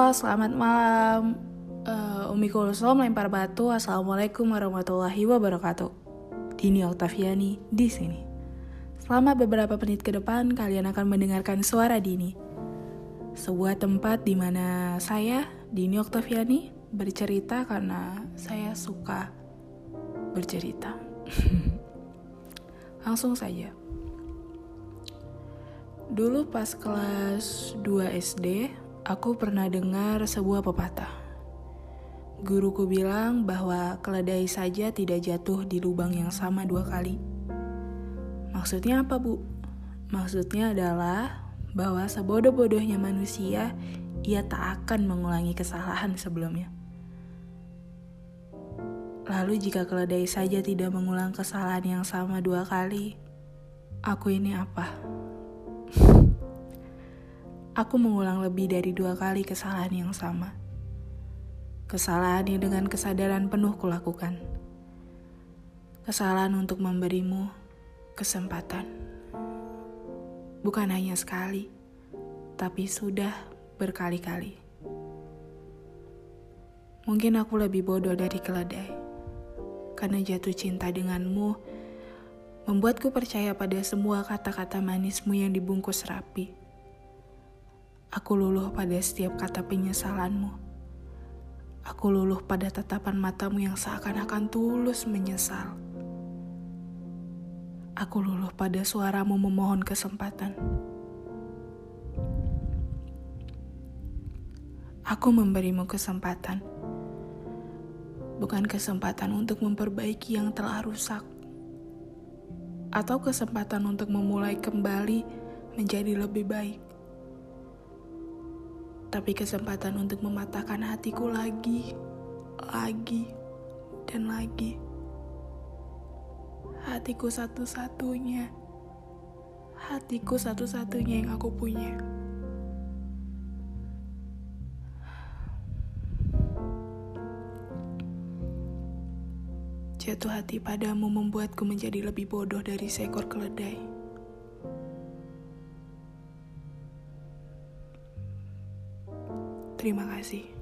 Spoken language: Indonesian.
Halo, selamat malam. Umi Kulsum lempar batu. Assalamualaikum warahmatullahi wabarakatuh. Dini Oktaviani di sini. Selama beberapa menit ke depan, kalian akan mendengarkan suara Dini. Sebuah tempat di mana saya, Dini Oktaviani, bercerita karena saya suka bercerita. Langsung saja. Dulu pas kelas 2 SD, aku pernah dengar sebuah pepatah. Guruku bilang bahwa keledai saja tidak jatuh di lubang yang sama 2 kali. Maksudnya apa, Bu? Maksudnya adalah bahwa sebodoh-bodohnya manusia, ia tak akan mengulangi kesalahan sebelumnya. Lalu jika keledai saja tidak mengulang kesalahan yang sama 2 kali, aku ini apa? Aku mengulang lebih dari 2 kali kesalahan yang sama. Kesalahan yang dengan kesadaran penuh kulakukan. Kesalahan untuk memberimu kesempatan. Bukan hanya sekali, tapi sudah berkali-kali. Mungkin aku lebih bodoh dari keledai. Karena jatuh cinta denganmu membuatku percaya pada semua kata-kata manismu yang dibungkus rapi. Aku luluh pada setiap kata penyesalanmu. Aku luluh pada tatapan matamu yang seakan-akan tulus menyesal. Aku luluh pada suaramu memohon kesempatan. Aku memberimu kesempatan. Bukan kesempatan untuk memperbaiki yang telah rusak. Atau kesempatan untuk memulai kembali menjadi lebih baik. Tapi kesempatan untuk mematahkan hatiku lagi, dan lagi. Hatiku satu-satunya yang aku punya. Jatuh hati padamu membuatku menjadi lebih bodoh dari seekor keledai. Terima kasih.